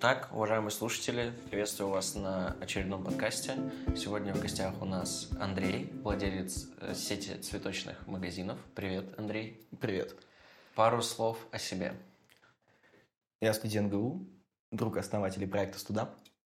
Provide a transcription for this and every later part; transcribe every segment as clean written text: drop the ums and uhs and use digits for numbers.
Итак, уважаемые слушатели, приветствую вас на очередном подкасте. Сегодня в гостях у нас Андрей, владелец сети цветочных магазинов. Привет, Андрей. Привет. Пару слов о себе. Я студент ГУ, друг основателей проекта «Студап».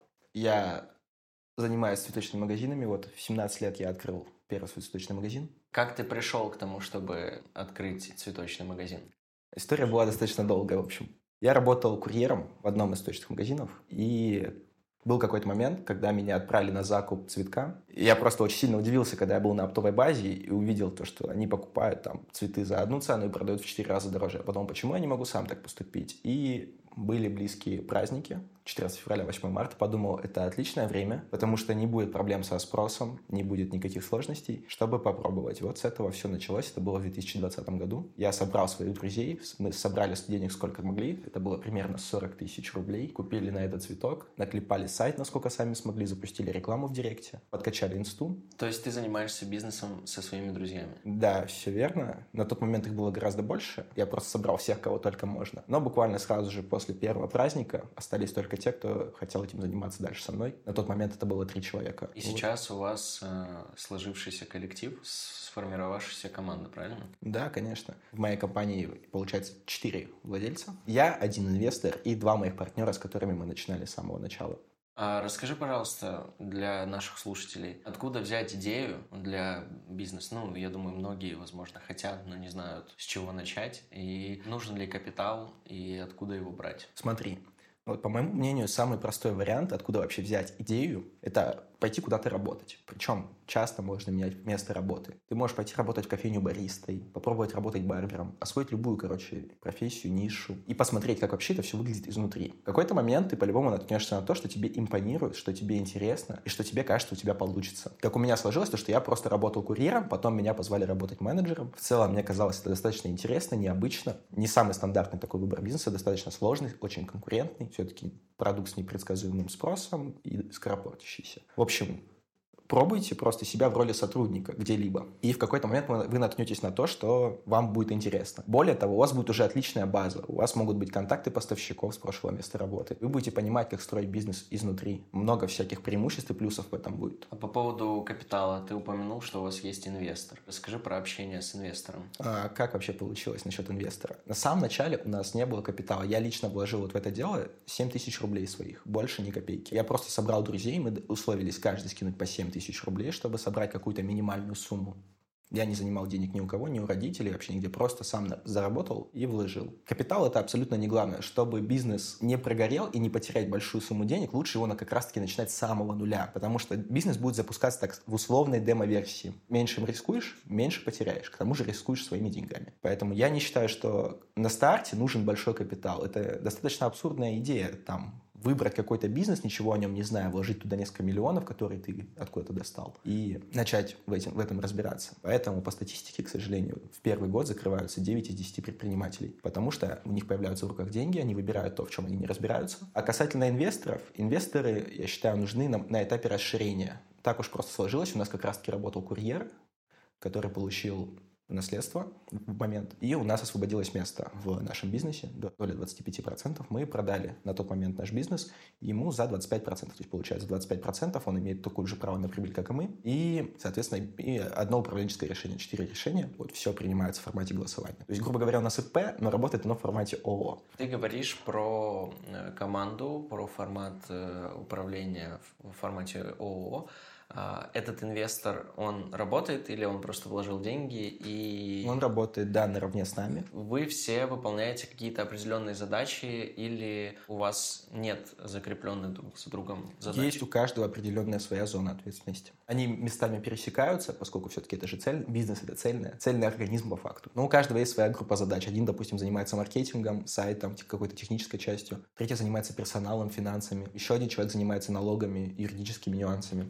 Я занимаюсь цветочными магазинами. Вот в 17 лет я открыл первый свой цветочный магазин. Как ты пришел к тому, чтобы открыть цветочный магазин? История была достаточно долгая, в общем. Я работал курьером в одном из цветочных магазинов, и был какой-то момент, когда меня отправили на закуп цветка. И я просто очень сильно удивился, когда я был на оптовой базе и увидел то, что они покупают там цветы за одну цену и продают в 4 раза дороже. А потом, почему я не могу сам так поступить? И были близкие праздники, 14 февраля, 8 марта. Подумал, это отличное время, потому что не будет проблем со спросом, не будет никаких сложностей, чтобы попробовать. Вот с этого все началось. Это было в 2020 году. Я собрал своих друзей, мы собрали денег сколько могли. Это было примерно 40 тысяч рублей. Купили на этот цветок, наклепали сайт, насколько сами смогли, запустили рекламу в Директе, подкачали инсту. То есть ты занимаешься бизнесом со своими друзьями? Да, все верно. На тот момент их было гораздо больше. Я просто собрал всех, кого только можно. Но буквально сразу же после первого праздника остались только те, кто хотел этим заниматься дальше со мной. На тот момент это было 3 человека. И сейчас у вас сложившийся коллектив, сформировавшаяся команда, правильно? Да, конечно. В моей компании, получается, 4 владельца. Я, 1 инвестор и 2 моих партнера, с которыми мы начинали с самого начала. Расскажи, пожалуйста, для наших слушателей, откуда взять идею для бизнеса? Ну, я думаю, многие, возможно, хотят, но не знают, с чего начать. И нужен ли капитал, и откуда его брать? Смотри, вот, по моему мнению, самый простой вариант, откуда вообще взять идею, это пойти куда-то работать. Причем часто можно менять место работы. Ты можешь пойти работать в кофейню баристой, попробовать работать барбером, освоить любую, профессию, нишу и посмотреть, как вообще это все выглядит изнутри. В какой-то момент ты по-любому наткнешься на то, что тебе импонирует, что тебе интересно и что тебе кажется, у тебя получится. Как у меня сложилось, то, что я просто работал курьером, потом меня позвали работать менеджером. В целом, мне казалось это достаточно интересно, необычно. Не самый стандартный такой выбор бизнеса, достаточно сложный, очень конкурентный. Все-таки продукт с непредсказуемым спросом и скоропортящийся. В общем, пробуйте просто себя в роли сотрудника где-либо. И в какой-то момент вы наткнетесь на то, что вам будет интересно. Более того, у вас будет уже отличная база. У вас могут быть контакты поставщиков с прошлого места работы. Вы будете понимать, как строить бизнес изнутри. Много всяких преимуществ и плюсов в этом будет. А по поводу капитала, ты упомянул, что у вас есть инвестор. Расскажи про общение с инвестором. Как вообще получилось насчет инвестора? На самом начале у нас не было капитала. Я лично вложил вот в это дело 7 тысяч рублей своих. Больше ни копейки. Я просто собрал друзей, мы условились каждый скинуть по 7 тысяч рублей, чтобы собрать какую-то минимальную сумму. Я не занимал денег ни у кого, ни у родителей, вообще нигде, просто сам заработал и вложил. Капитал – это абсолютно не главное. Чтобы бизнес не прогорел и не потерять большую сумму денег, лучше его как раз-таки начинать с самого нуля, потому что бизнес будет запускаться так в условной демо-версии. Меньше рискуешь, меньше потеряешь, к тому же рискуешь своими деньгами. Поэтому я не считаю, что на старте нужен большой капитал. Это достаточно абсурдная идея, выбрать какой-то бизнес, ничего о нем не зная, вложить туда несколько миллионов, которые ты откуда-то достал, и начать в этом разбираться. Поэтому по статистике, к сожалению, в первый год закрываются 9 из 10 предпринимателей, потому что у них появляются в руках деньги, они выбирают то, в чем они не разбираются. А касательно инвесторов, инвесторы, я считаю, нужны на этапе расширения. Так уж просто сложилось, у нас как раз-таки работал курьер, который получил наследство в момент. И у нас освободилось место в нашем бизнесе, доля 25%. Мы продали на тот момент наш бизнес ему за 25%. То есть, получается, 25% он имеет такое же право на прибыль, как и мы. И, соответственно, и одно управленческое решение, 4 решения. Вот все принимается в формате голосования. То есть, грубо говоря, у нас ИП, но работает оно в формате ООО. Ты говоришь про команду, про формат управления в формате ООО. Этот инвестор, он работает или он просто вложил деньги и... Он работает, да, наравне с нами. Вы все выполняете какие-то определенные задачи или у вас нет закрепленных друг с другом задач? Есть у каждого определенная своя зона ответственности. Они местами пересекаются, поскольку все-таки это же цель, бизнес это цельный организм по факту. Но у каждого есть своя группа задач. Один, допустим, занимается маркетингом, сайтом, какой-то технической частью. 3 занимается персоналом, финансами. Еще 1 человек занимается налогами, юридическими нюансами. А расскажи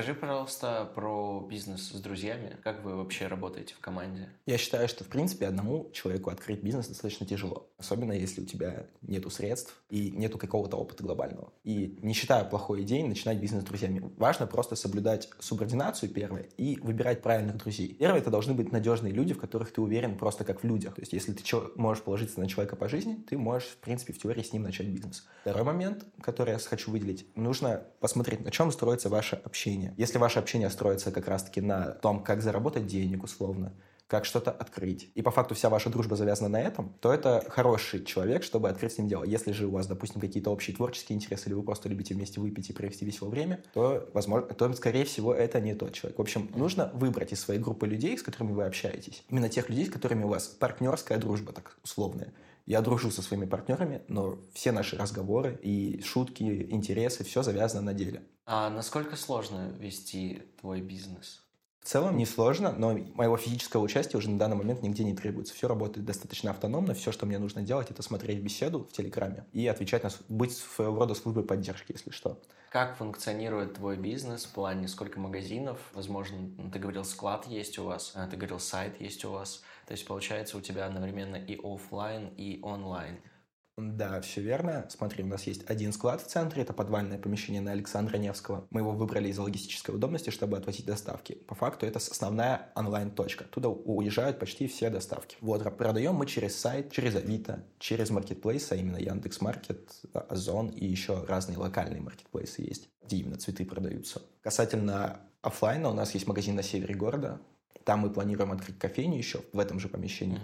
Расскажи, пожалуйста, про бизнес с друзьями. Как вы вообще работаете в команде? Я считаю, что, в принципе, одному человеку открыть бизнес достаточно тяжело. Особенно, если у тебя нету средств и нету какого-то опыта глобального. И не считаю плохой идеей начинать бизнес с друзьями. Важно просто соблюдать субординацию, первое, и выбирать правильных друзей. Первое, это должны быть надежные люди, в которых ты уверен просто как в людях. То есть, если ты можешь положиться на человека по жизни, ты можешь, в принципе, в теории с ним начать бизнес. Второй момент, который я хочу выделить, нужно посмотреть, на чем строится ваше общение. Если ваше общение строится как раз-таки на том, как заработать денег, условно, как что-то открыть, и по факту вся ваша дружба завязана на этом, то это хороший человек, чтобы открыть с ним дело. Если же у вас, допустим, какие-то общие творческие интересы, или вы просто любите вместе выпить и провести веселое время, то, возможно, скорее всего, это не тот человек. В общем, нужно выбрать из своей группы людей, с которыми вы общаетесь, именно тех людей, с которыми у вас партнерская дружба, так условная. Я дружу со своими партнерами, но все наши разговоры и шутки, интересы, все завязано на деле. А насколько сложно вести твой бизнес? В целом несложно, но моего физического участия уже на данный момент нигде не требуется. Все работает достаточно автономно. Все, что мне нужно делать, это смотреть беседу в Телеграме и отвечать быть своего рода службой поддержки, если что. Как функционирует твой бизнес в плане сколько магазинов? Возможно, ты говорил, склад есть у вас, ты говорил, сайт есть у вас. То есть, получается, у тебя одновременно и офлайн, и онлайн. Да, все верно. Смотри, у нас есть один склад в центре, это подвальное помещение на Александра Невского. Мы его выбрали из-за логистической удобности, чтобы отвозить доставки. По факту это основная онлайн-точка. Туда уезжают почти все доставки. Вот, продаем мы через сайт, через Авито, через маркетплейсы, а именно Яндекс.Маркет, Озон и еще разные локальные маркетплейсы есть, где именно цветы продаются. Касательно офлайна, у нас есть магазин на севере города. Там мы планируем открыть кофейню еще в этом же помещении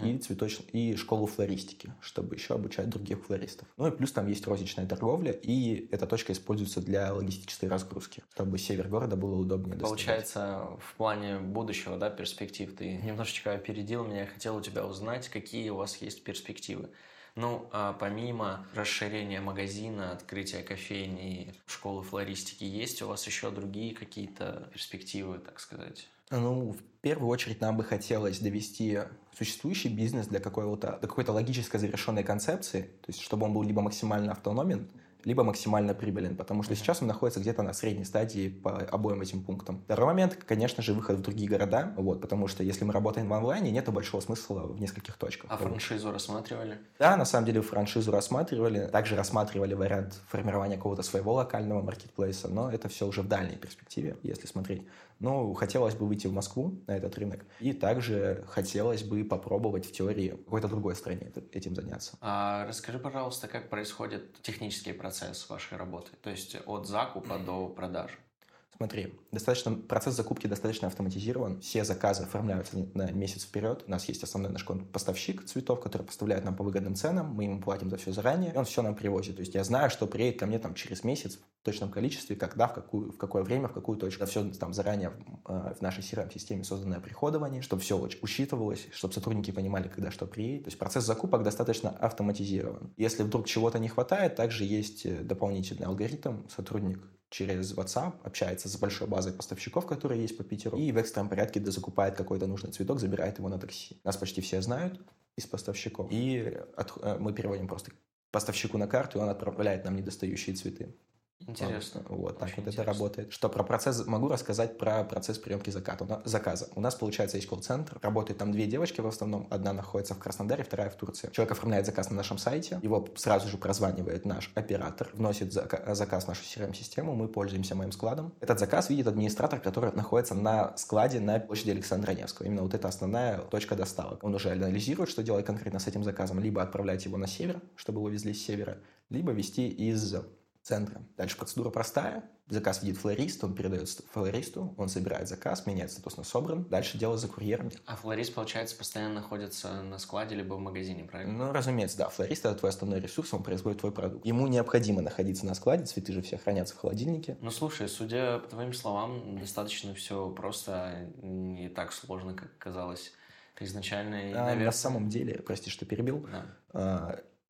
и школу флористики, чтобы еще обучать других флористов. Ну и плюс там есть розничная торговля, и эта точка используется для логистической разгрузки, чтобы север города было удобнее доставать. Получается, в плане будущего, да, перспектив, ты немножечко опередил меня, я хотел у тебя узнать, какие у вас есть перспективы. Ну, а помимо расширения магазина, открытия кофейни, школы флористики, есть у вас еще другие какие-то перспективы, так сказать? Ну, в первую очередь нам бы хотелось довести существующий бизнес до какой-то логической завершенной концепции, то есть чтобы он был либо максимально автономен, либо максимально прибылен, потому что сейчас он находится где-то на средней стадии по обоим этим пунктам. Второй момент, конечно же, выход в другие города, потому что если мы работаем в онлайне, нет большого смысла в нескольких точках. А франшизу рассматривали? Да, на самом деле франшизу рассматривали, также рассматривали вариант формирования какого-то своего локального маркетплейса, но это все уже в дальней перспективе, если смотреть. Но хотелось бы выйти в Москву на этот рынок, и также хотелось бы попробовать в теории в какой-то другой стране этим заняться. А расскажи, пожалуйста, как происходит технический процесс вашей работы, то есть от закупа до продажи? Смотри, процесс закупки достаточно автоматизирован. Все заказы оформляются на месяц вперед. У нас есть основной наш поставщик цветов, который поставляет нам по выгодным ценам. Мы ему платим за все заранее, и он все нам привозит. То есть я знаю, что приедет ко мне через месяц в точном количестве, когда, в какое время, в какую точку. Это все там заранее в нашей CRM-системе созданное приходование, чтобы все учитывалось, чтобы сотрудники понимали, когда что приедет. То есть процесс закупок достаточно автоматизирован. Если вдруг чего-то не хватает, также есть дополнительный алгоритм. Сотрудник через WhatsApp общается с большой базой поставщиков, которые есть по Питеру, и в экстренном порядке дозакупает какой-то нужный цветок, забирает его на такси. Нас почти все знают из поставщиков, и мы переводим просто поставщику на карту, и он отправляет нам недостающие цветы. Интересно. Вот так вот это работает. Что про процесс? Могу рассказать про процесс приемки заказа. У нас, получается, есть колл-центр. Работают там две девочки в основном. Одна находится в Краснодаре, вторая в Турции. Человек оформляет заказ на нашем сайте. Его сразу же прозванивает наш оператор. Вносит заказ в нашу CRM-систему. Мы пользуемся моим складом. Этот заказ видит администратор, который находится на складе на площади Александра Невского. Именно вот это основная точка доставок. Он уже анализирует, что делать конкретно с этим заказом. Либо отправлять его на север, чтобы его везли с севера, либо везти из центра. Дальше процедура простая. Заказ видит флорист, он передает флористу, он собирает заказ, меняет статус на собран. Дальше дело за курьером. А флорист, получается, постоянно находится на складе либо в магазине, правильно? Ну, разумеется, да. Флорист – это твой основной ресурс, он производит твой продукт. Ему необходимо находиться на складе, цветы же все хранятся в холодильнике. Ну, слушай, судя по твоим словам, достаточно все просто, не так сложно, как казалось изначально. На самом деле, прости, что перебил,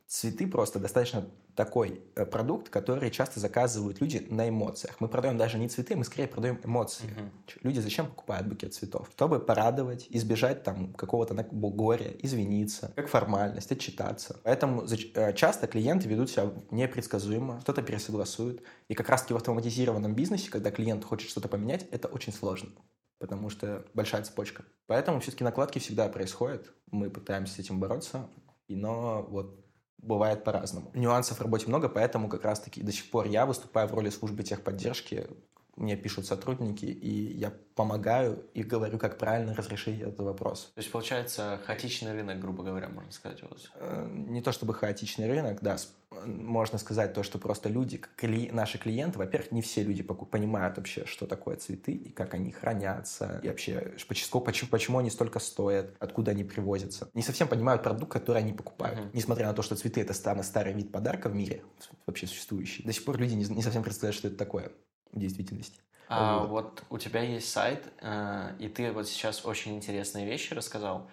Цветы просто достаточно такой продукт, который часто заказывают люди на эмоциях. Мы продаем даже не цветы, мы скорее продаем эмоции. Люди зачем покупают букет цветов? Чтобы порадовать, избежать там какого-то горя, извиниться, как формальность, отчитаться. Поэтому часто клиенты ведут себя непредсказуемо, что-то пересогласуют. И как раз-таки в автоматизированном бизнесе, когда клиент хочет что-то поменять, это очень сложно, потому что большая цепочка. Поэтому все-таки накладки всегда происходят. Мы пытаемся с этим бороться, но вот бывает по-разному. Нюансов в работе много, поэтому как раз-таки до сих пор я выступаю в роли службы техподдержки. Мне пишут сотрудники, и я помогаю и говорю, как правильно разрешить этот вопрос. То есть, получается, хаотичный рынок, грубо говоря, можно сказать у вас? Не то чтобы хаотичный рынок, да. Можно сказать то, что просто люди, наши клиенты, во-первых, не все люди понимают вообще, что такое цветы, и как они хранятся, и вообще, почему они столько стоят, откуда они привозятся. Не совсем понимают продукт, который они покупают. Несмотря на то, что цветы — это самый старый вид подарка в мире, вообще существующий. До сих пор люди не совсем представляют, что это такое в действительности. Вот у тебя есть сайт, и ты вот сейчас очень интересные вещи рассказал.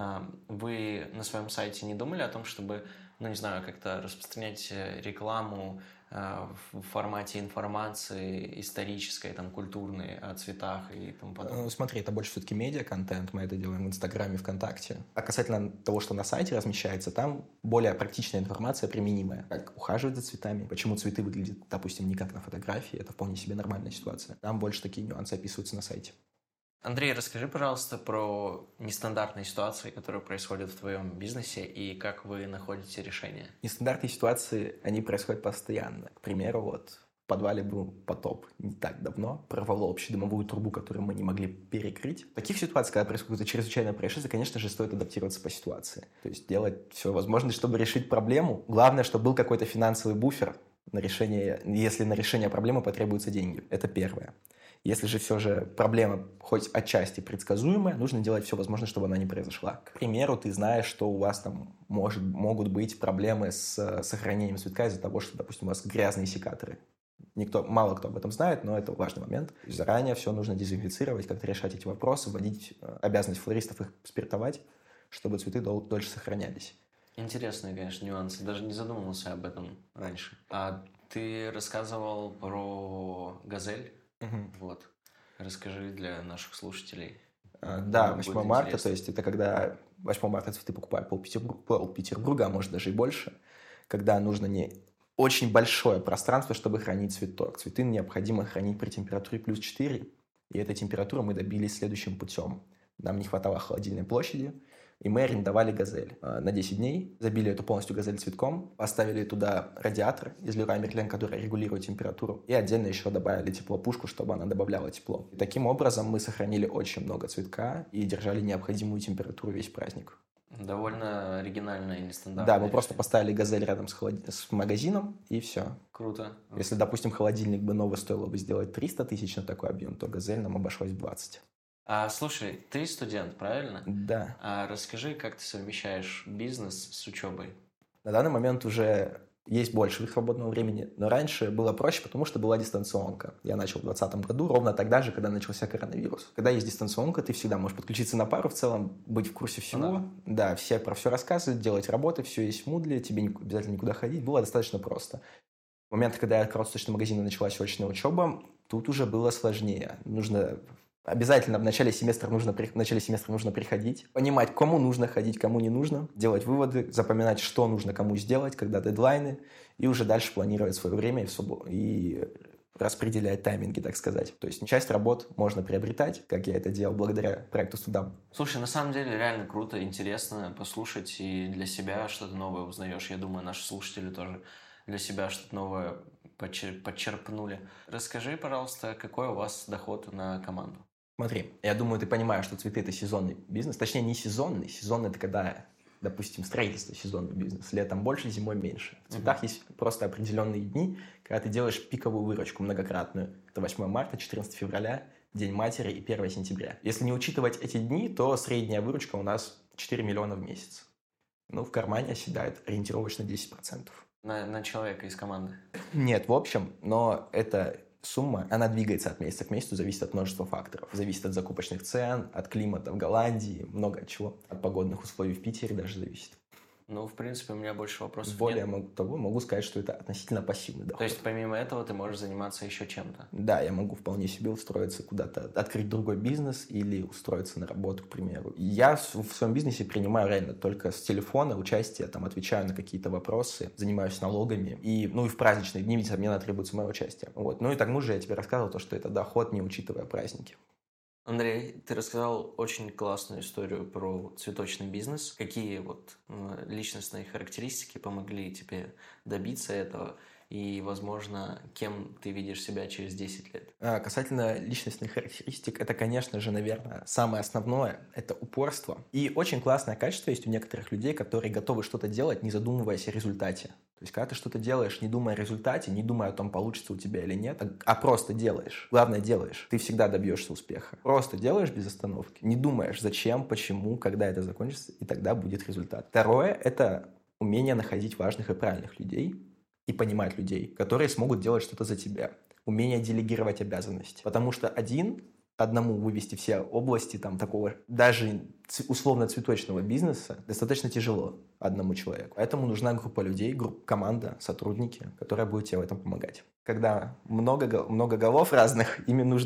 Вы на своем сайте не думали о том, чтобы, ну, не знаю, как-то распространять рекламу в формате информации исторической, там, культурной о цветах и тому подобное? Смотри, это больше все-таки медиа-контент, мы это делаем в Инстаграме, ВКонтакте. А касательно того, что на сайте размещается, там более практичная информация, применимая. Как ухаживать за цветами, почему цветы выглядят, допустим, не как на фотографии, это вполне себе нормальная ситуация. Там больше такие нюансы описываются на сайте. Андрей, расскажи, пожалуйста, про нестандартные ситуации, которые происходят в твоем бизнесе, и как вы находите решение. Нестандартные ситуации, они происходят постоянно. К примеру, вот в подвале был потоп не так давно, прорвало общедомовую трубу, которую мы не могли перекрыть. В таких ситуациях, когда происходит чрезвычайное происшествие, конечно же, стоит адаптироваться по ситуации. То есть делать все возможное, чтобы решить проблему. Главное, чтобы был какой-то финансовый буфер на решение, если на решение проблемы потребуются деньги. Это первое. Если же все же проблема хоть отчасти предсказуемая, нужно делать все возможное, чтобы она не произошла. К примеру, ты знаешь, что у вас там могут быть проблемы с сохранением цветка из-за того, что, допустим, у вас грязные секаторы. Мало кто об этом знает, но это важный момент. Заранее все нужно дезинфицировать, как-то решать эти вопросы, вводить обязанность флористов их спиртовать, чтобы цветы дольше сохранялись. Интересные, конечно, нюансы. Даже не задумывался об этом раньше. А ты рассказывал про «Газель». Вот. Расскажи для наших слушателей. Да, 8 марта, то есть это когда 8 марта цветы покупают пол-Петербурга, а может даже и больше, когда нужно не очень большое пространство, чтобы хранить цветок. Цветы необходимо хранить при температуре плюс 4, и этой температуры мы добились следующим путем. Нам не хватало холодильной площади, и мы арендовали «Газель» на 10 дней, забили эту полностью «Газель» цветком, поставили туда радиатор из Leroy Merlin, который регулирует температуру, и отдельно еще добавили теплопушку, чтобы она добавляла тепло. И таким образом мы сохранили очень много цветка и держали необходимую температуру весь праздник. Довольно оригинально и нестандартно. Да, мы просто поставили «Газель» рядом с магазином, и все. Круто. Если, допустим, холодильник бы новый стоило бы сделать 300 тысяч на такой объем, то «Газель» нам обошлось в 20. Слушай, ты студент, правильно? Да. Расскажи, как ты совмещаешь бизнес с учебой? На данный момент уже есть больше свободного времени, но раньше было проще, потому что была дистанционка. Я начал в 2020 году, ровно тогда же, когда начался коронавирус. Когда есть дистанционка, ты всегда можешь подключиться на пару в целом, быть в курсе всего. Да, все про все рассказывают, делать работы, все есть в Moodle, тебе не обязательно никуда ходить. Было достаточно просто. В момент, когда я открыл цветочный магазин и началась очная учеба, тут уже было сложнее. Обязательно в начале семестра нужно приходить, понимать, кому нужно ходить, кому не нужно, делать выводы, запоминать, что нужно кому сделать, когда дедлайны, и уже дальше планировать свое время и распределять тайминги, так сказать. То есть часть работ можно приобретать, как я это делал благодаря проекту «Студам». Слушай, на самом деле реально круто, интересно послушать, и для себя что-то новое узнаешь. Я думаю, наши слушатели тоже для себя что-то новое подчерпнули. Расскажи, пожалуйста, какой у вас доход на команду? Смотри, я думаю, ты понимаешь, что цветы – это сезонный бизнес. Точнее, не сезонный. Сезонный – это когда, допустим, строительство – сезонный бизнес. Летом больше, зимой меньше. В цветах есть просто определенные дни, когда ты делаешь пиковую выручку многократную. Это 8 марта, 14 февраля, День матери и 1 сентября. Если не учитывать эти дни, то средняя выручка у нас 4 миллиона в месяц. В кармане оседает ориентировочно 10%. На человека из команды? Нет, в общем, но это... Сумма, она двигается от месяца к месяцу, зависит от множества факторов. Зависит от закупочных цен, от климата в Голландии, много от чего. От погодных условий в Питере даже зависит. Ну, в принципе, у меня больше вопросов Более нет. того, могу сказать, что это относительно пассивный доход. То есть, помимо этого, ты можешь заниматься еще чем-то? Да, я могу вполне себе устроиться куда-то, открыть другой бизнес или устроиться на работу, к примеру. Я в своем бизнесе принимаю реально только с телефона участие, там, отвечаю на какие-то вопросы, занимаюсь налогами. И, ну, и в праздничные дни мне требуется мое участие. Вот. Ну и к тому же я тебе рассказывал то, что это доход, не учитывая праздники. Андрей, ты рассказал очень классную историю про цветочный бизнес. Какие вот личностные характеристики помогли тебе добиться этого? И, возможно, кем ты видишь себя через 10 лет? Касательно личностных характеристик, это, конечно же, наверное, самое основное – это упорство. И очень классное качество есть у некоторых людей, которые готовы что-то делать, не задумываясь о результате. То есть, когда ты что-то делаешь, не думая о результате, не думая о том, получится у тебя или нет, а просто делаешь. Главное, делаешь. Ты всегда добьешься успеха. Просто делаешь без остановки. Не думаешь, зачем, почему, когда это закончится, и тогда будет результат. Второе – это умение находить важных и правильных людей и понимать людей, которые смогут делать что-то за тебя. Умение делегировать обязанности. Потому что одному вывести все области там такого даже условно-цветочного бизнеса достаточно тяжело одному человеку. Поэтому нужна группа людей, команда, сотрудники, которая будет тебе в этом помогать. Когда много голов разных,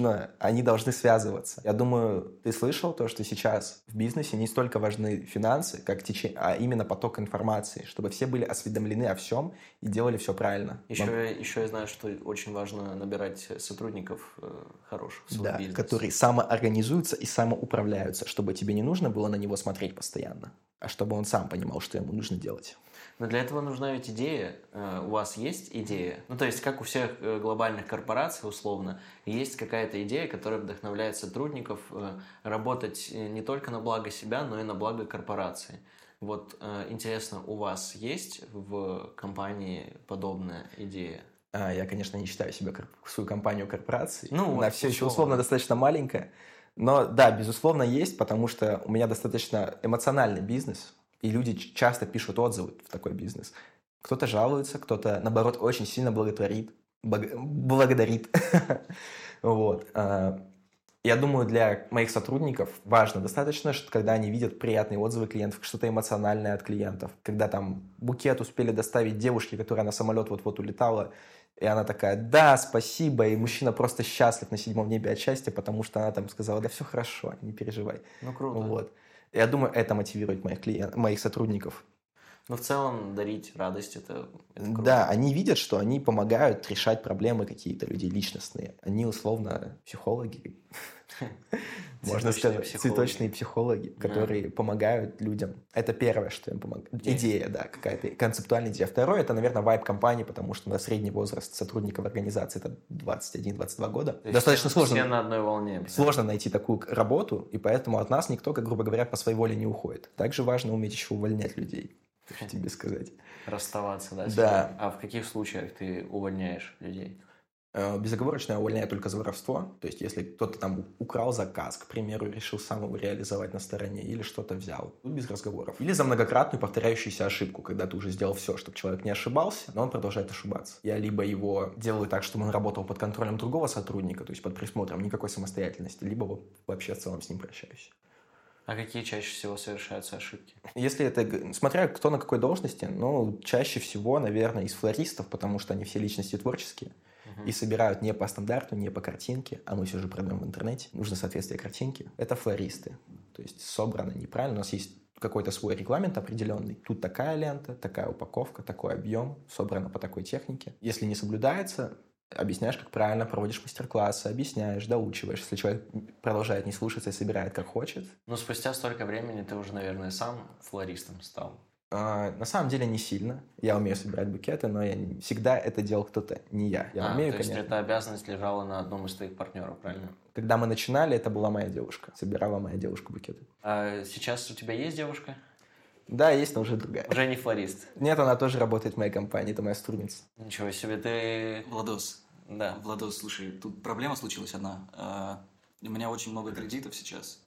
они должны связываться. Я думаю, ты слышал то, что сейчас в бизнесе не столько важны финансы, как а именно поток информации, чтобы все были осведомлены о всем и делали все правильно. Еще я знаю, что очень важно набирать сотрудников хороших в свой бизнес. Которые самоорганизуются и самоуправляются, чтобы тебе не нужно было на него смотреть постоянно, а чтобы он сам понимал, что ему нужно делать. Но для этого нужна ведь идея. У вас есть идея? Ну, то есть, как у всех глобальных корпораций, условно, есть какая-то идея, которая вдохновляет сотрудников работать не только на благо себя, но и на благо корпорации. Вот интересно, у вас есть в компании подобная идея? Я, конечно, не считаю себя свою компанию корпорацией. Ну, она все еще условно достаточно маленькая. Но да, безусловно, есть, потому что у меня достаточно эмоциональный бизнес, и люди часто пишут отзывы в такой бизнес. Кто-то жалуется, кто-то, наоборот, очень сильно благодарит. Вот. Я думаю, для моих сотрудников важно достаточно, что когда они видят приятные отзывы клиентов, что-то эмоциональное от клиентов, когда там букет успели доставить девушке, которая на самолет вот-вот улетала, и она такая: да, спасибо, и мужчина просто счастлив на 7-м небе от счастья, потому что она там сказала: да все хорошо, не переживай. Ну, круто. Вот. Я думаю, это мотивирует моих сотрудников. Но в целом дарить радость это круто. Да, они видят, что они помогают решать проблемы какие-то людей личностные. Они условно психологи. Можно сказать, цветочные психологи, которые помогают людям. Это первое, что им помогает. Идея, да, какая-то концептуальная идея. Второе, это, наверное, вайб компании, потому что у нас средний возраст сотрудников организации это 21-22 года. Достаточно сложно. Все на одной волне. Сложно найти такую работу, и поэтому от нас никто, как грубо говоря, по своей воле не уходит. Также важно уметь еще увольнять людей, как тебе сказать. Расставаться, да? Да. А в каких случаях ты увольняешь людей? Безоговорочно я увольняю только за воровство. То есть, если кто-то там украл заказ, к примеру, решил сам его реализовать на стороне, или что-то взял, тут без разговоров. Или за многократную повторяющуюся ошибку, когда ты уже сделал все, чтобы человек не ошибался, но он продолжает ошибаться. Я либо его делаю так, чтобы он работал под контролем другого сотрудника, то есть под присмотром, никакой самостоятельности, либо вот вообще в целом с ним прощаюсь. А какие чаще всего совершаются ошибки? Если это, смотря кто на какой должности, но чаще всего, наверное, из флористов, потому что они все личности творческие. И собирают не по стандарту, не по картинке, а мы все же продаем в интернете. Нужно соответствие картинке. Это флористы. То есть собрано неправильно. У нас есть какой-то свой регламент определенный. Тут такая лента, такая упаковка, такой объем, собрано по такой технике. Если не соблюдается, объясняешь, как правильно, проводишь мастер-классы, объясняешь, доучиваешь. Если человек продолжает не слушаться и собирает как хочет. Но спустя столько времени ты уже, наверное, сам флористом стал. На самом деле не сильно. Я умею собирать букеты, но всегда это делал кто-то, не я. Я умею, то есть конечно. эта обязанность лежала на одном из твоих партнеров, правильно? Когда мы начинали, это была моя девушка. Собирала моя девушка букеты. А сейчас у тебя есть девушка? Да, есть, но уже другая. Уже не флорист? Нет, она тоже работает в моей компании, это моя сотрудница. Ничего себе, ты... Владос. Да. Владос, слушай, тут проблема случилась одна. У меня очень много кредитов сейчас,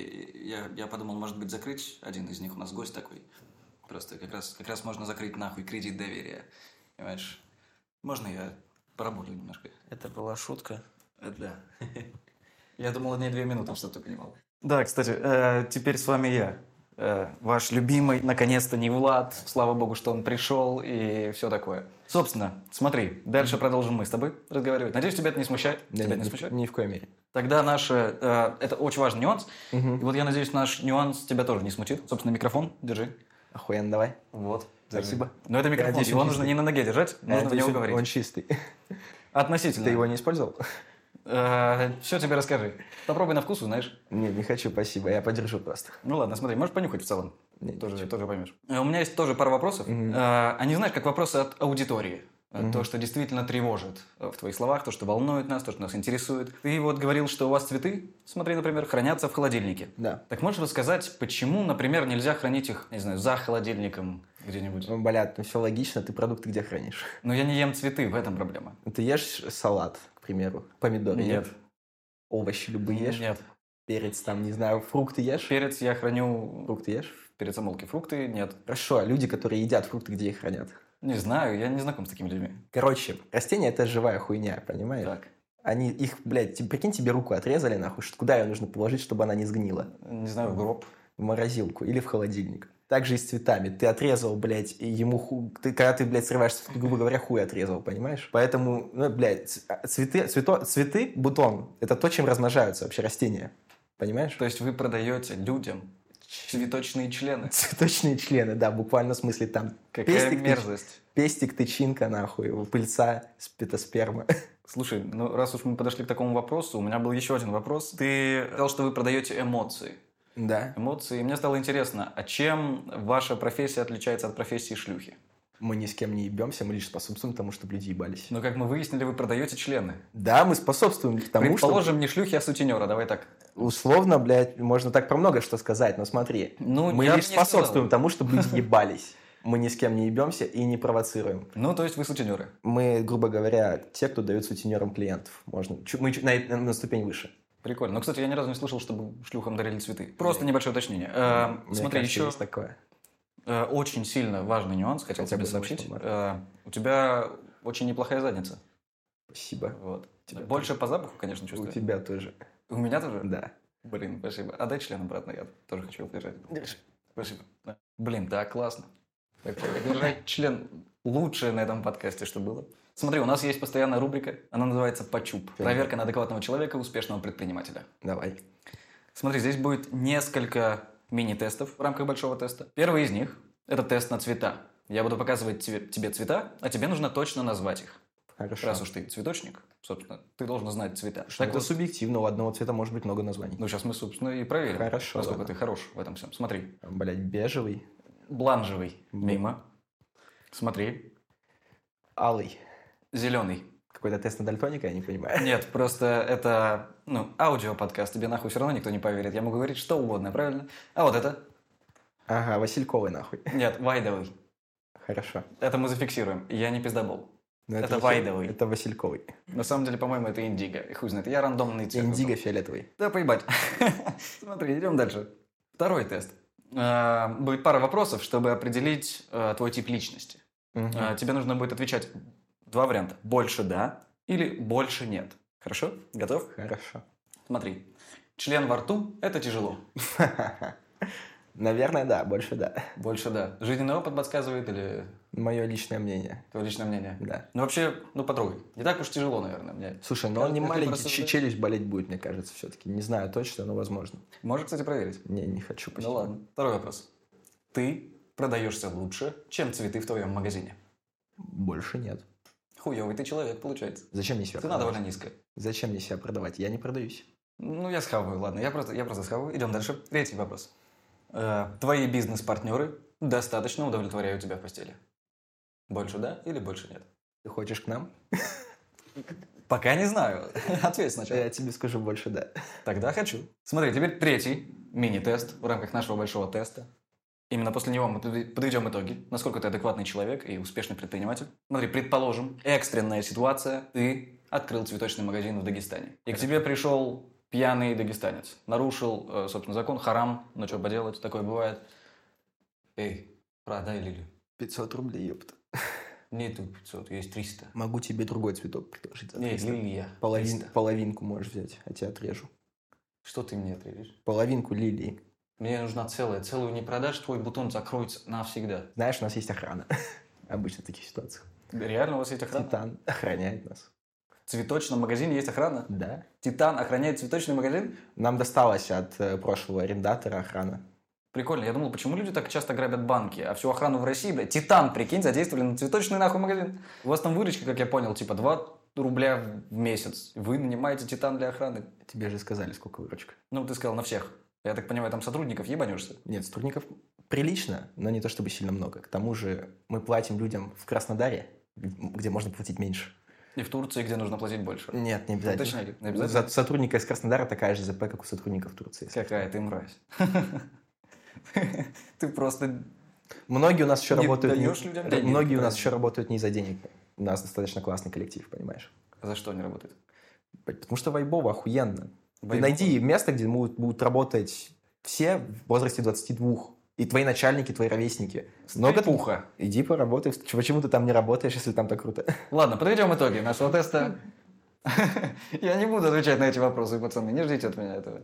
и я подумал, может быть, закрыть один из них. У нас гость такой. Просто как раз можно закрыть нахуй кредит доверия. Понимаешь? Можно я поработаю немножко? Это была шутка. Да. Я думал, не 2 минуты, чтобы ты понимал. Да, кстати, теперь с вами я. Ваш любимый, наконец-то, не Влад. Слава богу, что он пришел и все такое. Собственно, смотри, дальше продолжим мы с тобой разговаривать. Надеюсь, тебя это не смущает? Да, Тебя это не смущает? Ни в коей мере. Тогда это очень важный нюанс. И вот я надеюсь, наш нюанс тебя тоже не смутит. Собственно, микрофон держи. Охуенно, давай. Вот. Спасибо. Но это микрофон, надеюсь, его он нужно чистый. не на ноге держать, нужно в него говорить. Он чистый. Относительно. Ты его не использовал? Все тебе расскажи. Попробуй на вкус, узнаешь. Нет, не хочу, спасибо. Я подержу просто. Ну ладно, смотри, можешь понюхать в целом. Нет, Тоже поймешь. У меня есть тоже пара вопросов. Они, знаешь, как вопросы от аудитории. То, что действительно тревожит в твоих словах, то, что волнует нас, то, что нас интересует. Ты вот говорил, что у вас цветы, смотри, например, хранятся в холодильнике. Да. Так можешь рассказать, почему, например, нельзя хранить их, не знаю, за холодильником где-нибудь? Ну, блядь, ну все логично, ты продукты где хранишь? Но я не ем цветы, в этом проблема. Ты ешь салат, к примеру, помидоры Нет. ешь? Овощи любые ешь? Нет. Перец там, не знаю, фрукты ешь? Перец я храню Фрукты ешь? в перецамолке. Фрукты нет. Хорошо, а люди, которые едят фрукты, где их хранят? Не знаю, я не знаком с такими людьми. Короче, растения – это живая хуйня, понимаешь? Так, Они их, блядь, прикинь, тебе руку отрезали, нахуй, куда ее нужно положить, чтобы она не сгнила? не знаю, в гроб. В морозилку или в холодильник. Так же и с цветами. Ты отрезал, блядь, ему когда ты, блядь, срываешься, ты, грубо говоря, хуй отрезал, понимаешь? Поэтому, ну, блядь, цветы, бутон – это то, чем размножаются вообще растения. Понимаешь? То есть вы продаете людям цветочные члены? Цветочные члены, да, в буквальном смысле там. Какая мерзость. Пестик, тычинка, нахуй, пыльца, спитосперма. Слушай, ну раз уж мы подошли к такому вопросу, у меня был еще один вопрос. Ты сказал, что вы продаете эмоции. Да. Эмоции. И мне стало интересно, а чем ваша профессия отличается от профессии шлюхи? Мы ни с кем не ебемся, мы лишь способствуем тому, чтобы люди ебались. Ну, как мы выяснили, вы продаете члены. Да, мы способствуем тому, Предположим, не шлюхи, а сутенера, давай так. Условно, блядь, можно так про много что сказать, но смотри. Ну, мы я лишь бы не способствуем сказал. тому, чтобы люди ебались. Мы ни с кем не ебемся и не провоцируем. Ну, то есть вы сутенеры. Мы, грубо говоря, те, кто дают сутенерам клиентов. Мы на ступень выше. Прикольно. Ну, кстати, я ни разу не слышал, чтобы шлюхам дарили цветы. Просто небольшое уточнение. Мне Смотри, кажется, еще есть такое. очень сильно важный нюанс, хотел Хотя тебе бы сообщить. научного У тебя очень неплохая задница. Спасибо. Вот. Тебя Больше по запаху, конечно, У чувствую. тебя тоже. У меня тоже? Да. Блин, спасибо. Отдай член обратно, я тоже хочу его держать. Держи. Спасибо. Да. Блин, так классно. Держать член лучшее на этом подкасте, что было. Смотри, у нас есть постоянная рубрика, она называется «Почуп». Проверка на адекватного человека, успешного предпринимателя. Давай. Смотри, здесь будет несколько мини-тестов в рамках большого теста. Первый из них – это тест на цвета. Я буду показывать тебе цвета, а тебе нужно точно назвать их. Хорошо. Раз уж ты цветочник, собственно, ты должен знать цвета. Что это вот, субъективно, у одного цвета может быть много названий. ну, сейчас мы, собственно, и проверим, Хорошо, насколько ладно. ты хорош в этом всем. Смотри. Блядь, бежевый, Бланжевый. Мимо. Смотри. алый. Зеленый. Какой-то тест на дальтоника, я не понимаю. Нет, просто это, аудиоподкаст. Тебе нахуй все равно никто не поверит. Я могу говорить что угодно, правильно? А вот это? Ага, Васильковый нахуй. Нет, вайдовый. Хорошо. Это мы зафиксируем. Я не пиздобол. Но Это вайдовый. Это Васильковый. На самом деле, по-моему, это индиго. И хуй знает. Я рандомный цвет. Индиго фиолетовый. Да поебать. Смотри, идем дальше. Второй тест. Будет пара вопросов, чтобы определить твой тип личности. Тебе нужно будет отвечать два варианта. Больше да или больше нет. Хорошо? Готов? Хорошо. Смотри. Член во рту – это тяжело. Наверное, да, больше да. Больше да. Жизненный опыт подсказывает или Мое личное мнение. твое личное мнение? Да. Ну вообще, потрогай. Не так уж тяжело, наверное, мне. Слушай, но он не Это маленький, просто, да. челюсть болеть будет, мне кажется, все-таки. Не знаю точно, но возможно. Можешь, кстати, проверить. Не хочу. Ну Спасибо. ладно. Второй вопрос. Ты продаешься лучше, чем цветы в твоем магазине? Больше нет. Хуёвый ты человек, получается. Зачем мне себя Цена продавать? довольно низкая. Зачем мне себя продавать? Я не продаюсь. Ну, я схаваю, ладно. Я просто схаваю. Идем дальше. Третий вопрос. Твои бизнес-партнеры достаточно удовлетворяют тебя в постели? Больше да или больше нет? Ты хочешь к нам? Пока не знаю. Ответь сначала. Я тебе скажу больше да. Тогда хочу. Смотри, теперь третий мини-тест в рамках нашего большого теста. Именно после него мы подведем итоги, насколько ты адекватный человек и успешный предприниматель. Смотри, предположим, экстренная ситуация, ты открыл цветочный магазин в Дагестане. И к тебе пришел пьяный дагестанец. Нарушил, собственно, закон, харам, ну что поделать, такое бывает. Эй, продай лилию. 500 рублей, ёпта. Нету 500, есть 300. Могу тебе другой цветок предложить. за Нет, 300. лилия. 300. Половинку можешь взять, а тебя отрежу. Что ты мне отрежешь? Половинку лилии. Мне нужна целую не продашь, твой бутон закроется навсегда. Знаешь, у нас есть охрана. Обычно в таких ситуациях. Реально у вас есть охрана? Титан охраняет нас. В цветочном магазине есть охрана? Да. Титан охраняет цветочный магазин? Нам досталось от прошлого арендатора охрана. Прикольно. Я думал, почему люди так часто грабят банки, а всю охрану в России, блядь, Титан, прикинь, задействовали на цветочный нахуй магазин. У вас там выручка, как я понял, типа 2 рубля в месяц. Вы нанимаете Титан для охраны. Тебе же сказали, сколько выручка. Ну, ты сказал, на всех. Я так понимаю, там сотрудников ебанешься? Нет, сотрудников прилично, но не то чтобы сильно много. К тому же мы платим людям в Краснодаре, где можно платить меньше. И в Турции, где нужно платить больше? Нет, не обязательно. Точнее, не обязательно? Сотрудника из Краснодара такая же ЗП, как у сотрудников Турции. Какая ты мразь. Ты просто Многие у нас еще не работают... даешь людям денег. Многие у нас еще работают не за денег. У нас достаточно классный коллектив, понимаешь? За что они работают? Потому что вайбово, охуенно. Ты Вайбово? найди место, где будут работать все в возрасте 22. И твои начальники, твои ровесники. Пуха. Иди поработай. Почему ты там не работаешь, если там так круто? Ладно, подведем итоги нашего теста. Я не буду отвечать на эти вопросы, пацаны, не ждите от меня этого.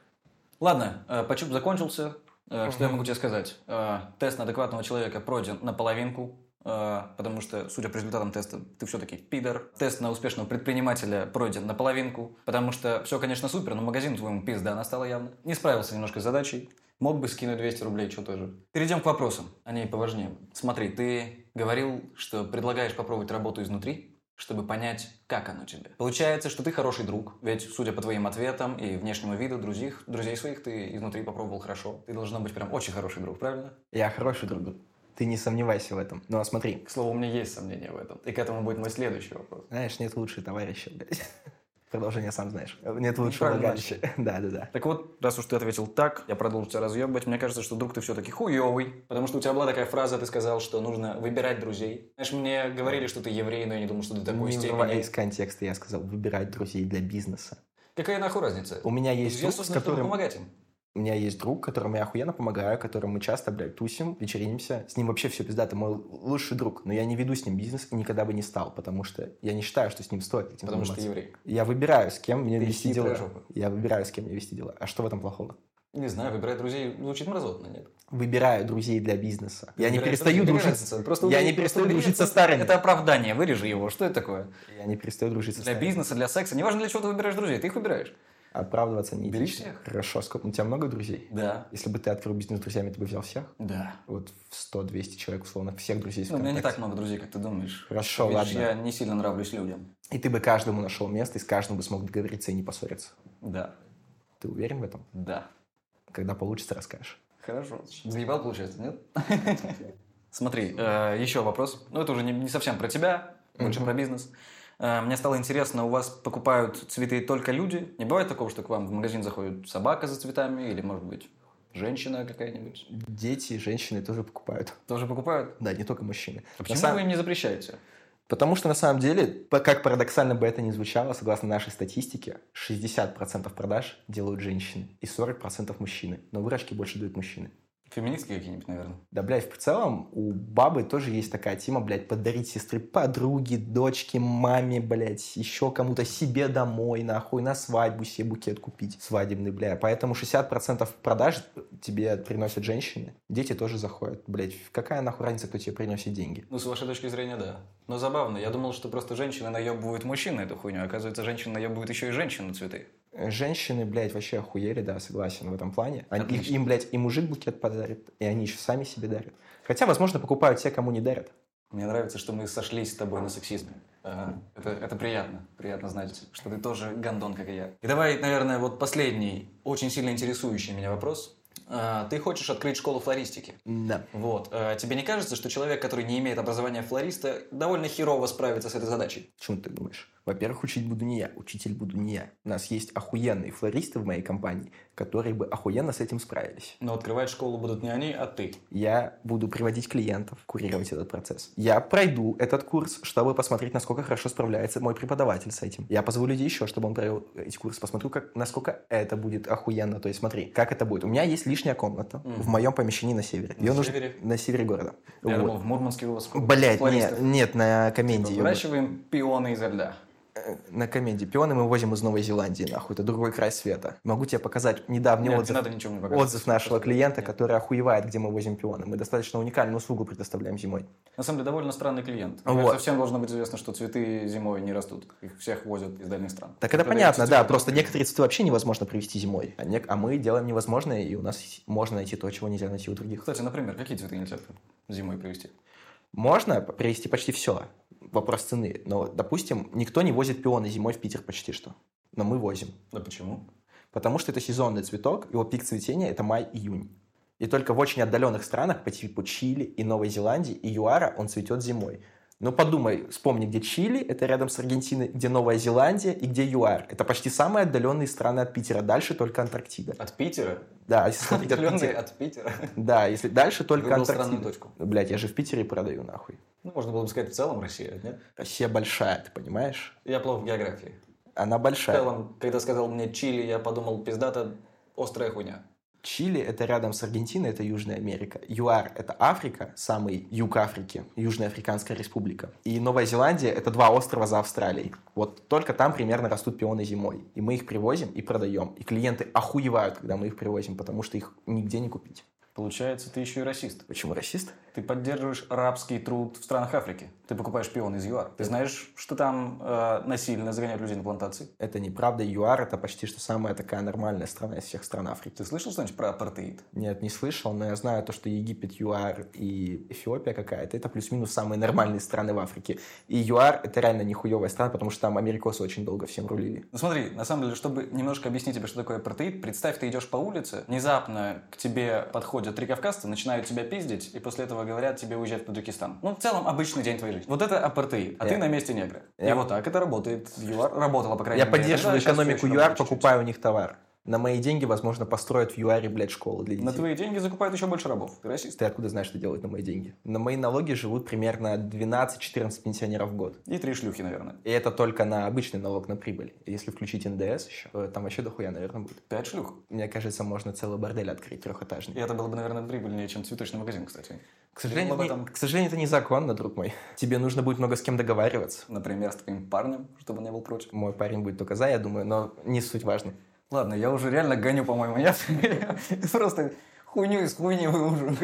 Ладно, почуп закончился. Что я могу тебе сказать? Тест на адекватного человека пройден наполовинку, потому что, судя по результатам теста, ты все-таки пидор. Тест на успешного предпринимателя пройден наполовинку, потому что все, конечно, супер, но магазин твоему пизда настала явно. Не справился немножко с задачей. Мог бы скинуть 200 рублей, что тоже. Перейдем к вопросам, они поважнее. Смотри, ты говорил, что предлагаешь попробовать работу изнутри, чтобы понять, как оно тебе. Получается, что ты хороший друг, ведь, судя по твоим ответам и внешнему виду друзей своих, ты изнутри попробовал хорошо. Ты должна быть прям очень хороший друг, правильно? Я хороший друг. Ты не сомневайся в этом. Ну, а смотри. К слову, у меня есть сомнения в этом. И к этому будет мой следующий вопрос. Знаешь, нет лучше товарища, блядь. Продолжение сам знаешь. Нет лучшего Правильно влагалища. Да. Так вот, раз уж ты ответил так, я продолжу тебя разъебывать. Мне кажется, что друг ты все-таки хуёвый, потому что у тебя была такая фраза, ты сказал, что нужно выбирать друзей. Знаешь, мне говорили, что ты еврей, но я не думал, что ты такой Не степени. вырывай из контекста, я сказал, выбирать друзей для бизнеса. Какая нахуй разница? У меня есть Друзья, друг, с собственно, чтобы которым... помогать им. У меня есть друг, которому я охуенно помогаю, которым мы часто, блядь, тусим, вечеримся. С ним вообще все пиздато, мой лучший друг. Но я не веду с ним бизнес и никогда бы не стал, потому что я не считаю, что с ним стоит этим Потому что заниматься. ты еврей. Я выбираю, с кем мне Ты вести дела. хитрая жопа. Я выбираю, с кем мне вести дела. А что в этом плохого? Не знаю, выбирать друзей звучит мразотно, нет? Выбираю друзей для бизнеса. Я не Выбираешь перестаю друзей, дружить. какая разница? Просто Я убери- не просто перестаю убери дружить со это- старыми. Это оправдание, вырежи его. Что это такое? Я не перестаю дружить со Для старыми. бизнеса, для секса. Неважно, для чего ты выбираешь друзей, ты их выбираешь. Оправдываться не Бери этично. всех. Хорошо. Сколько? У тебя много друзей? Да. Если бы ты открыл бизнес с друзьями, ты бы взял всех? Да. Вот в 100-200 человек, условно, всех друзей. Ну, у меня не так много друзей, как ты думаешь. Хорошо, Видишь, ладно. я не сильно нравлюсь людям. И ты бы каждому нашел место, и с каждым бы смог договориться и не поссориться. Да. Ты уверен в этом? Да. Когда получится, расскажешь. Хорошо. Заебал, получается, нет? Смотри, еще вопрос. Ну, это уже не совсем про тебя, больше про бизнес. Мне стало интересно, у вас покупают цветы только люди? Не бывает такого, что к вам в магазин заходит собака за цветами или, может быть, женщина какая-нибудь? Дети, женщины тоже покупают. Тоже покупают? Да, не только мужчины. А почему вы им не запрещаете? Потому что, на самом деле, как парадоксально бы это ни звучало, согласно нашей статистике, 60% продаж делают женщины и 40% мужчины. Но выручки больше дают мужчины. Феминистки какие-нибудь, наверное. Да, блядь, в целом у бабы тоже есть такая тема, блядь, подарить сестре, подруге, дочке, маме, блядь, еще кому-то, себе домой, нахуй, на свадьбу себе букет купить свадебный, бля. Поэтому 60% продаж тебе приносят женщины. Дети тоже заходят. Блядь, какая нахуй разница, кто тебе приносит деньги? Ну, с вашей точки зрения, да. Но забавно. Я думал, что просто женщины наебывают мужчин на эту хуйню. Оказывается, женщины наебывают еще и женщин на цветы. Женщины, блядь, вообще охуели, да, согласен в этом плане. Отлично. Им, блядь, и мужик букет подарит, и они еще сами себе дарят. Хотя, возможно, покупают те, кому не дарят. Мне нравится, что мы сошлись с тобой на сексизме. Это приятно. Приятно знать, что ты тоже гандон, как и я. И давай, наверное, вот последний, очень сильно интересующий меня вопрос. Ты хочешь открыть школу флористики. Да. Вот. Тебе не кажется, что человек, который не имеет образования флориста, довольно херово справится с этой задачей? Почему ты думаешь? Во-первых, учить буду не я, учитель буду не я. У нас есть охуенные флористы в моей компании, которые бы охуенно с этим справились. Но открывать школу будут не они, а ты. Я буду приводить клиентов, курировать этот процесс. Я пройду этот курс, чтобы посмотреть, насколько хорошо справляется мой преподаватель с этим. Я позову людей еще, чтобы он провел эти курсы, посмотрю, насколько это будет охуенно. То есть смотри, как это будет. У меня есть лишняя комната в моем помещении на севере. Севере? На севере города. Я Вот. думал, в Мурманске у вас Блядь, флористов. нет, на Коменде. Типа, выращиваем пионы изо льда. На комедии. Пионы мы возим из Новой Зеландии, нахуй. Это другой край света. Могу тебе показать недавний Нет, не надо ничего мне показывать. отзыв нашего Просто клиента, нет. который охуевает, где мы возим пионы. Мы достаточно уникальную услугу предоставляем зимой. На самом деле, довольно странный клиент. Вот. Всем должно быть известно, что цветы зимой не растут. Их всех возят из дальних стран. Так это Продаются понятно, да. цветы. Просто некоторые цветы вообще невозможно привезти зимой. А мы делаем невозможное, и у нас можно найти то, чего нельзя найти у других. Кстати, например, какие цветы нельзя зимой привезти? Можно привезти почти все. Вопрос цены. Но, допустим, никто не возит пионы зимой в Питер почти что. Но мы возим. Да почему? Потому что это сезонный цветок, его пик цветения – это май-июнь. И только в очень отдаленных странах, по типу Чили и Новой Зеландии, и ЮАРа, он цветет зимой. Ну подумай, вспомни, где Чили, это рядом с Аргентиной, где Новая Зеландия и где ЮАР. Это почти самые отдаленные страны от Питера. Дальше только Антарктида. От Питера? Да, если смотреть от Отдаленные Питера. от Питера? Да, если дальше только Выбрал Антарктида. странную точку. Блять, я же в Питере продаю, нахуй. Ну, можно было бы сказать, в целом Россия, нет? Россия большая, ты понимаешь? Я плохо в географии. Она В большая. целом, когда сказал мне Чили, я подумал, пиздата, острая хуйня. Чили – это рядом с Аргентиной, это Южная Америка. ЮАР – это Африка, самый юг Африки, Южная Африканская Республика. И Новая Зеландия – это 2 острова за Австралией. Вот только там примерно растут пионы зимой. И мы их привозим и продаем. И клиенты охуевают, когда мы их привозим, потому что их нигде не купить. Получается, ты еще и расист. Почему расист? Ты поддерживаешь рабский труд в странах Африки. Ты покупаешь пион из ЮАР. Ты знаешь, что там насильно загоняют людей на плантации? Это неправда. ЮАР – это почти что самая такая нормальная страна из всех стран Африки. Ты слышал что-нибудь про апартеид? Нет, не слышал, но я знаю то, что Египет, ЮАР и Эфиопия какая-то – это плюс-минус самые нормальные страны в Африке. И ЮАР – это реально нихуевая страна, потому что там америкосы очень долго всем рулили. Ну смотри, на самом деле, чтобы немножко объяснить тебе, что такое апартеид, представь, ты идешь по улице, внезапно к тебе подходят 3 кавказца, начинают тебя пиздить, и после этого говорят тебе уезжать в Таджикистан. Ну, в целом, обычный день твоей жизни. Вот это апартеид, а ты на месте негра. И вот так это работает в ЮАР. Работало, по крайней Я мере. поддерживаю Сейчас экономику всё еще ЮАР, работает чуть-чуть. покупаю у них товар. На мои деньги, возможно, построят в ЮАРе, блядь, школу для детей. На твои деньги закупают еще больше рабов. Ты расист. Ты откуда знаешь, что делают на мои деньги? На мои налоги живут примерно 12-14 пенсионеров в год. И 3 шлюхи, наверное. И это только на обычный налог на прибыль. Если включить НДС еще, то там вообще дохуя, наверное, будет. 5 шлюх. Мне кажется, можно целый бордель открыть 3-этажный. И это было бы, наверное, прибыльнее, чем цветочный магазин, кстати. К сожалению, Думал об этом. к сожалению, это незаконно, друг мой. Тебе нужно будет много с кем договариваться. Например, с твоим парнем, чтобы он не был против. Мой парень будет только за, я думаю, но не суть важно. Ладно, я уже реально гоню, по-моему, нет? Просто хуйню из хуйни выужу.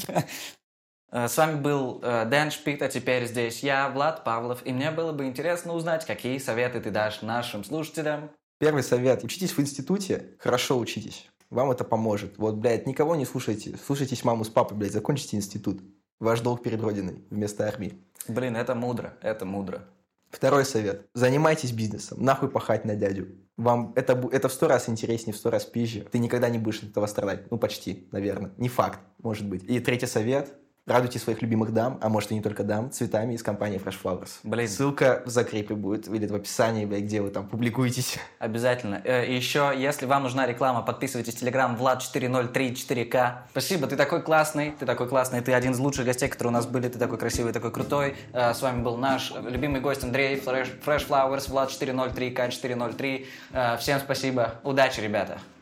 С вами был Дэн Шпит, а теперь здесь я, Влад Павлов, и мне было бы интересно узнать, какие советы ты дашь нашим слушателям. Первый совет. Учитесь в институте, хорошо учитесь. Вам это поможет. Вот, блядь, никого не слушайте. Слушайтесь маму с папой, блядь, закончите институт. Ваш долг перед Родиной вместо армии. Блин, это мудро, это мудро. Второй совет. Занимайтесь бизнесом. Нахуй пахать на дядю. Вам это в 100 раз интереснее, в 100 раз пизже. Ты никогда не будешь от этого страдать. Ну, почти, наверное. Не факт, может быть. И третий совет. Радуйте своих любимых дам, а может и не только дам, цветами из компании Fresh Flowers. Блин. Ссылка в закрепе будет, или в описании, блядь, где вы там публикуетесь. Обязательно. И еще, если вам нужна реклама, подписывайтесь в Telegram Влад 403 4К. Спасибо, ты такой классный, ты один из лучших гостей, которые у нас были, ты такой красивый, такой крутой. С вами был наш любимый гость Андрей, Fresh Flowers, Влад 403К 403. Всем спасибо, удачи, ребята.